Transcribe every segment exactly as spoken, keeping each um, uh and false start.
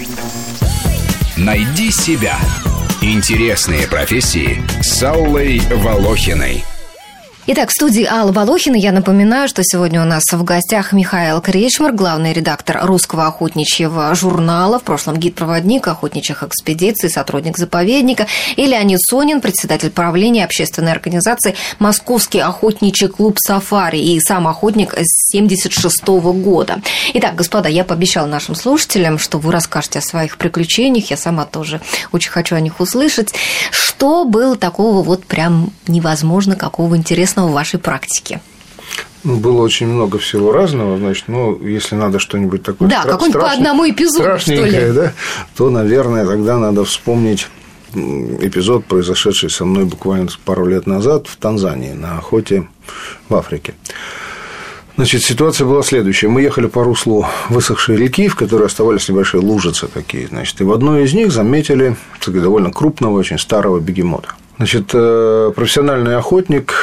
Найди себя. Интересные профессии с Аллой Волохиной. Итак, в студии Алла Волохина. Я напоминаю, что сегодня у нас в гостях Михаил Кретшмар, главный редактор русского охотничьего журнала, в прошлом гид-проводник охотничьих экспедиций, сотрудник заповедника, и Леонид Сонин, председатель правления общественной организации «Московский охотничий клуб «Сафари» и сам охотник с семьдесят шестого года. Итак, господа, я пообещала нашим слушателям, что вы расскажете о своих приключениях. Я сама тоже очень хочу о них услышать. Что было такого вот прям невозможно, какого интересного в вашей практике? Ну, было очень много всего разного, значит, ну, если надо что-нибудь такое да, стра- какой-нибудь по одному эпизоду, что ли? Да, то, наверное, тогда надо вспомнить эпизод, произошедший со мной буквально пару лет назад в Танзании на охоте в Африке. Значит, ситуация была следующая. Мы ехали по руслу высохшей реки, в которой оставались небольшие лужицы такие, значит, и в одной из них заметили довольно крупного, очень старого бегемота. Значит, профессиональный охотник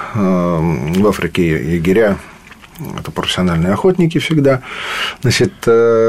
в Африке, егеря, это профессиональные охотники всегда. Значит,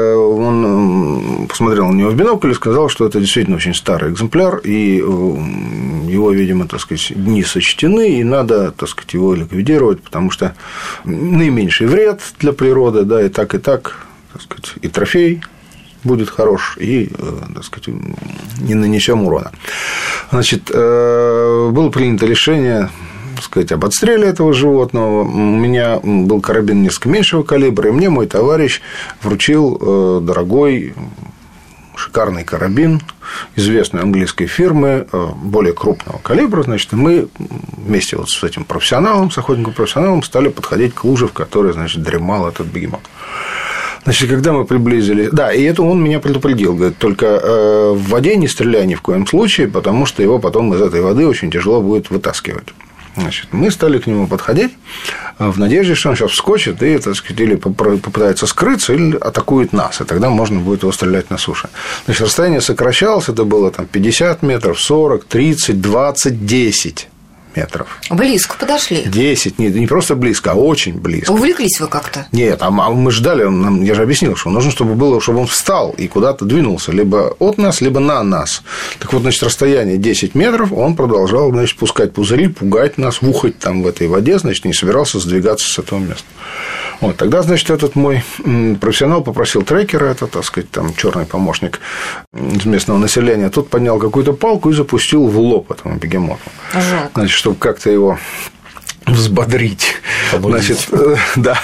он посмотрел на него в бинокль и сказал, что это действительно очень старый экземпляр, и его, видимо, так сказать, дни сочтены, и надо, так сказать, его ликвидировать, потому что наименьший вред для природы, да, и так, и так, так сказать, и трофей будет хорош, и, так сказать, не нанесем урона. Значит, было принято решение, так сказать, об отстреле этого животного. У меня был карабин несколько меньшего калибра, и мне мой товарищ вручил дорогой, шикарный карабин известной английской фирмы, более крупного калибра. Значит, мы вместе вот с этим профессионалом, с охотником-профессионалом стали подходить к луже, в которой, значит, дремал этот бегемот. Значит, когда мы приблизились... Да, и это он меня предупредил. Говорит, только э, в воде не стреляй ни в коем случае, потому что его потом из этой воды очень тяжело будет вытаскивать. Значит, мы стали к нему подходить в надежде, что он сейчас вскочит и, так сказать, или попытается скрыться, или атакует нас, и тогда можно будет его стрелять на суше. Значит, расстояние сокращалось, это было там пятьдесят метров, сорок, тридцать, двадцать, десять метров. Близко подошли. десять, нет, не просто близко, а очень близко. Увлеклись вы как-то? Нет, а мы ждали, я же объяснил, что нужно, чтобы было, чтобы он встал и куда-то двинулся, либо от нас, либо на нас. Так вот, значит, расстояние десять метров, он продолжал, значит, пускать пузыри, пугать нас, ухать там в этой воде, значит, не собирался сдвигаться с этого места. Вот, тогда, значит, этот мой профессионал попросил трекера, это, так сказать, там, черный помощник из местного населения, тот поднял какую-то палку и запустил в лоб этому бегемоту. Жалко. Значит, чтобы как-то его взбодрить. Значит, да,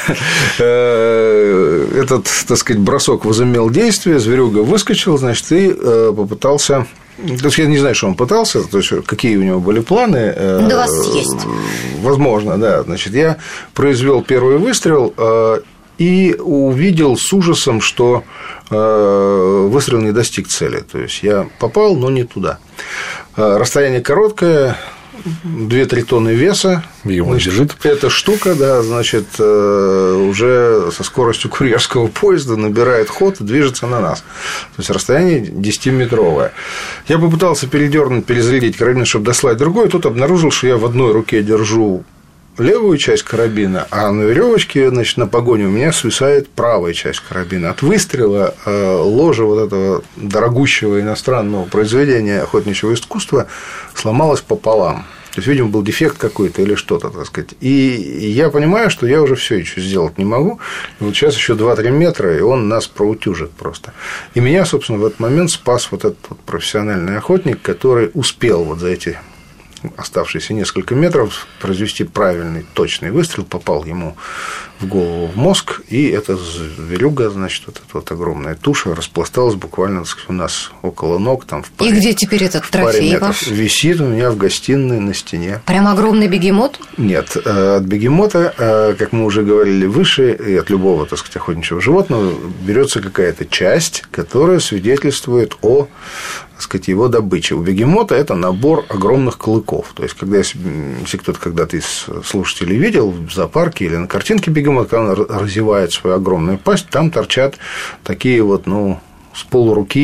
этот, так сказать, бросок возымел действие, зверюга выскочил, значит, и попытался... То есть, я не знаю, что он пытался, то есть, какие у него были планы. Да, вас есть. Возможно, да. Значит, я произвел первый выстрел и увидел с ужасом, что выстрел не достиг цели. То есть, я попал, но не туда. Расстояние короткое, две-три тонны веса. Значит, эта штука, да, значит, уже со скоростью курьерского поезда набирает ход и движется на нас. То есть расстояние десятиметровое. Я попытался передернуть, перезарядить карабин, чтобы дослать другой. Тут обнаружил, что я в одной руке держу левую часть карабина, а на веревочке, значит, на погоне у меня свисает правая часть карабина. От выстрела ложа вот этого дорогущего иностранного произведения охотничьего искусства сломалась пополам. То есть, видимо, был дефект какой-то или что-то, так сказать. И я понимаю, что я уже все еще сделать не могу. И вот сейчас еще два-три метра, и он нас проутюжит просто. И меня, собственно, в этот момент спас вот этот вот профессиональный охотник, который успел вот за эти оставшиеся несколько метров произвести правильный, точный выстрел, попал ему в голову, в мозг, и эта зверюга, значит, вот эта вот огромная туша распласталась буквально, так сказать, у нас около ног, там в паре. И где теперь этот трофей ваш? Висит у меня в гостиной на стене. Прям огромный бегемот? Нет, от бегемота, как мы уже говорили выше, и от любого, так сказать, охотничьего животного берется какая-то часть, которая свидетельствует о, так сказать, его добыче. У бегемота это набор огромных клыков. То есть, когда, если, если кто-то когда-то из слушателей видел в зоопарке или на картинке бегемота, когда он разевает свою огромную пасть, там торчат такие вот, ну, с полуруки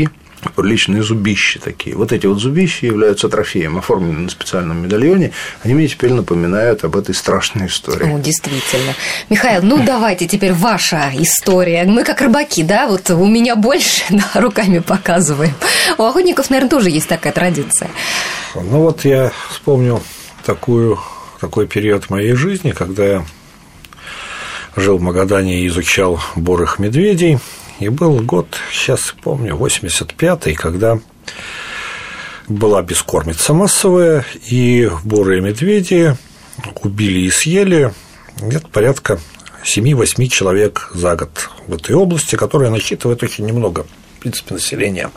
личные зубища такие. Вот эти вот зубища являются трофеем, оформлены на специальном медальоне. Они мне теперь напоминают об этой страшной истории. Ну, действительно. Михаил, ну давайте теперь ваша история. Мы как рыбаки, да? Вот у меня больше, да, руками показываем. У охотников, наверное, тоже есть такая традиция. Ну вот я вспомнил такую, такой период моей жизни, когда я жил в Магадане и изучал бурых медведей. И был год, сейчас помню, восемьдесят пятый, когда была бескормица массовая, и бурые медведи убили и съели где-то порядка семь-восемь человек за год в этой области, которая насчитывает очень немного, в принципе, населения.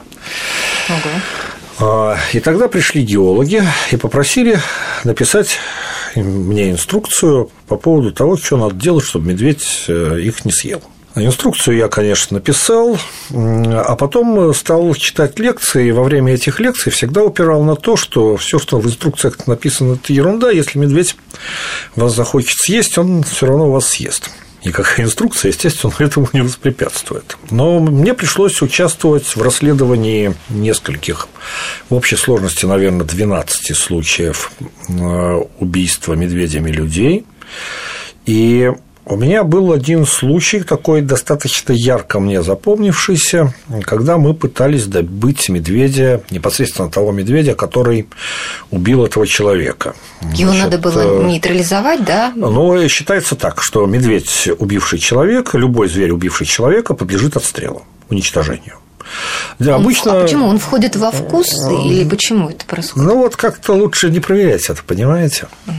Ого. И тогда пришли геологи и попросили написать мне инструкцию по поводу того, что надо делать, чтобы медведь их не съел. Инструкцию я, конечно, написал, а потом стал читать лекции, и во время этих лекций всегда упирал на то, что все, что в инструкциях написано, это ерунда. Если медведь вас захочет съесть, он все равно вас съест. Никакая инструкция, естественно, этому не воспрепятствует. Но мне пришлось участвовать в расследовании нескольких, в общей сложности, наверное, двенадцати случаев убийства медведями людей. И у меня был один случай, такой достаточно ярко мне запомнившийся, когда мы пытались добыть медведя, непосредственно того медведя, который убил этого человека. Его Значит, надо было нейтрализовать, да? Ну, считается так, что медведь, убивший человека, любой зверь, убивший человека, подлежит отстрелу, уничтожению. Да, он, обычно... А почему? Он входит во вкус или почему это происходит? Ну, вот как-то лучше не проверять это, понимаете? Угу.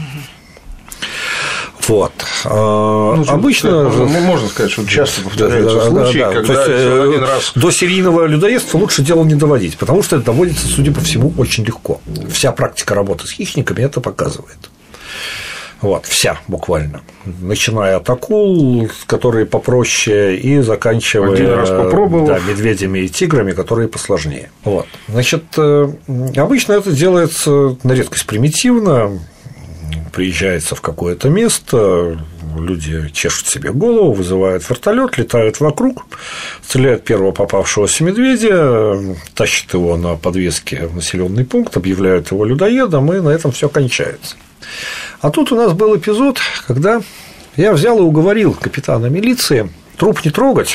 Вот. Ну, обычно можно, можно сказать, что часто повторяются да, случаи, да, да. Когда То есть, один раз... до серийного людоедства лучше дело не доводить, потому что это доводится, судя по всему, очень легко. Вся практика работы с хищниками это показывает. Вот, вся буквально. Начиная от акул, которые попроще, и заканчивая один раз попробовал. Да, медведями и тиграми, которые посложнее. Вот. Значит, обычно это делается на редкость примитивно. Приезжается в какое-то место, люди чешут себе голову, вызывают вертолет, летают вокруг, стреляют первого попавшегося медведя, тащат его на подвеске в населенный пункт, объявляют его людоедом, и на этом все кончается. А тут у нас был эпизод, когда я взял и уговорил капитана милиции труп не трогать.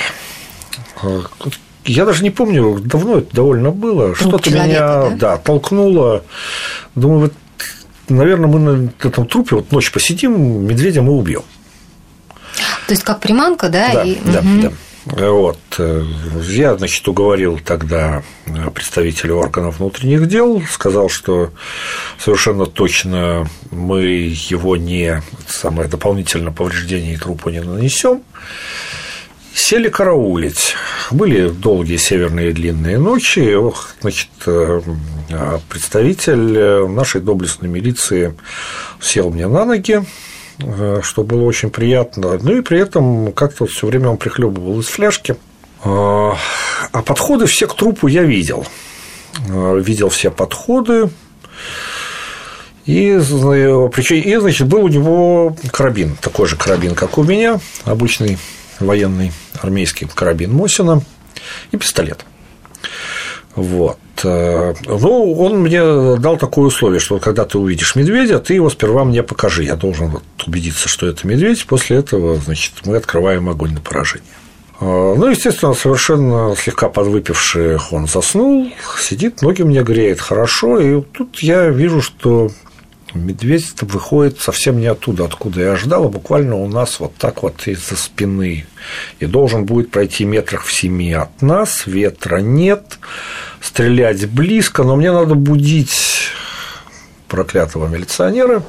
Я даже не помню, давно это довольно было, труп что-то человека, меня да? Да, толкнуло. Думаю, вот наверное, мы на этом трупе вот ночь посидим, медведя мы убьем. То есть как приманка, да? Да, и... да, угу. да. Вот. Я, значит, уговорил тогда представителя органов внутренних дел, сказал, что совершенно точно мы его не самое дополнительное повреждение трупу не нанесем. Сели караулить. Были долгие северные длинные ночи. Ох, значит, представитель нашей доблестной милиции сел мне на ноги, что было очень приятно. Ну и при этом как-то все время он прихлебывал из фляжки. А подходы все к трупу я видел. Видел все подходы. И, и, значит, был у него карабин, такой же карабин, как у меня, обычный военный армейский карабин Мосина и пистолет. Вот. Ну, он мне дал такое условие, что когда ты увидишь медведя, ты его сперва мне покажи. Я должен вот убедиться, что это медведь. После этого, значит, мы открываем огонь на поражение. Ну, естественно, совершенно слегка подвыпивший он заснул, сидит, ноги мне греет хорошо. И тут я вижу, что медведь выходит совсем не оттуда, откуда я ждал, а буквально у нас вот так вот из-за спины. И должен будет пройти метрах в семи от нас, ветра нет, стрелять близко, но мне надо будить проклятого милиционера,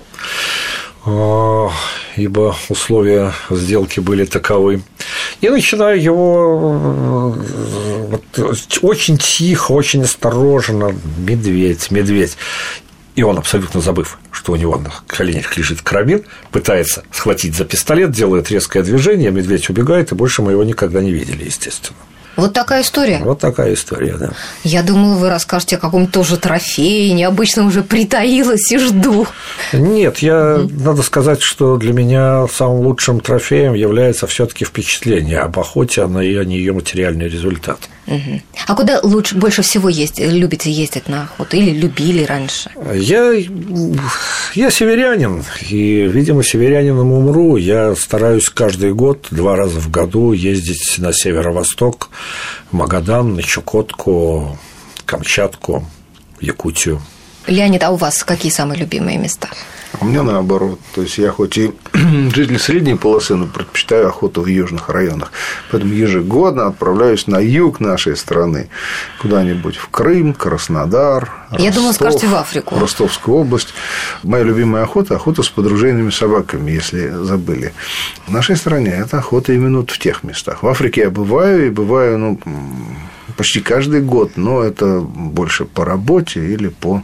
ибо условия сделки были таковы. И начинаю его вот, очень тихо, очень осторожно, медведь, медведь. И он, абсолютно забыв, что у него на коленях лежит карабин, пытается схватить за пистолет, делает резкое движение, медведь убегает, и больше мы его никогда не видели, естественно. Вот такая история? Вот такая история, да. Я думала, вы расскажете о каком-то тоже трофее, необычном, уже притаилась и жду. Нет, я, mm-hmm. надо сказать, что для меня самым лучшим трофеем является все-таки впечатление об охоте, а не ее материальный результат. Угу. А куда лучше, больше всего есть, любите ездить на охоту или любили раньше? Я, я северянин, и, видимо, северянином умру. Я стараюсь каждый год, два раза в году ездить на северо-восток, в Магадан, на Чукотку, Камчатку, Якутию. Леонид, а у вас какие самые любимые места? У меня наоборот. То есть я хоть и житель средней полосы, но предпочитаю охоту в южных районах. Поэтому ежегодно отправляюсь на юг нашей страны, куда-нибудь в Крым, Краснодар, Ростов. Я думала, скажете в Африку. В Ростовскую область. Моя любимая охота – охота с подружейными собаками, если забыли. В нашей стране это охота именно вот в тех местах. В Африке я бываю, и бываю, ну, почти каждый год, но это больше по работе или по,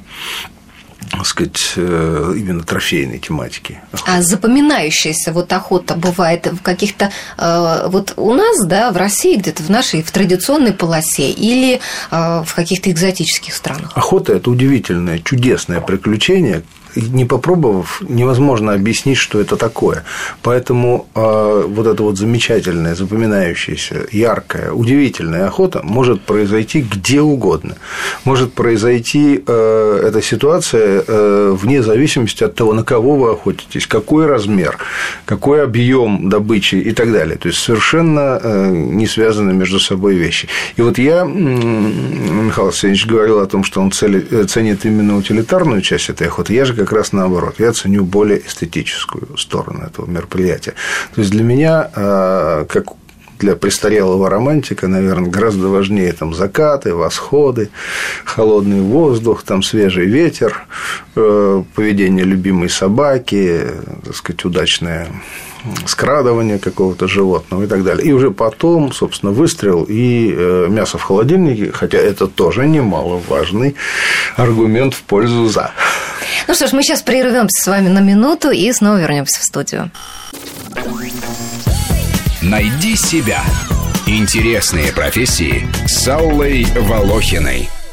так сказать, именно трофейной тематики. А запоминающаяся вот охота бывает в каких-то вот у нас, да, в России, где-то в нашей, в традиционной полосе или в каких-то экзотических странах? Охота – это удивительное, чудесное приключение. Не попробовав, невозможно объяснить, что это такое. Поэтому э, вот эта вот замечательная, запоминающаяся, яркая, удивительная охота может произойти где угодно. Может произойти э, эта ситуация э, вне зависимости от того, на кого вы охотитесь, какой размер, какой объем добычи и так далее. То есть совершенно э, не связаны между собой вещи. И вот я, Михаил Алексеевич говорил о том, что он цели, ценит именно утилитарную часть этой охоты. Я же как раз наоборот. Я ценю более эстетическую сторону этого мероприятия. То есть для меня, как для престарелого романтика, наверное, гораздо важнее там закаты, восходы, холодный воздух, там свежий ветер, поведение любимой собаки, так сказать, удачное скрадывание какого-то животного и так далее. И уже потом, собственно, выстрел и мясо в холодильнике, хотя это тоже немаловажный аргумент в пользу «за». Ну что ж, мы сейчас прервемся с вами на минуту и снова вернемся в студию. Найди себя. Интересные профессии с Аллой Волохиной.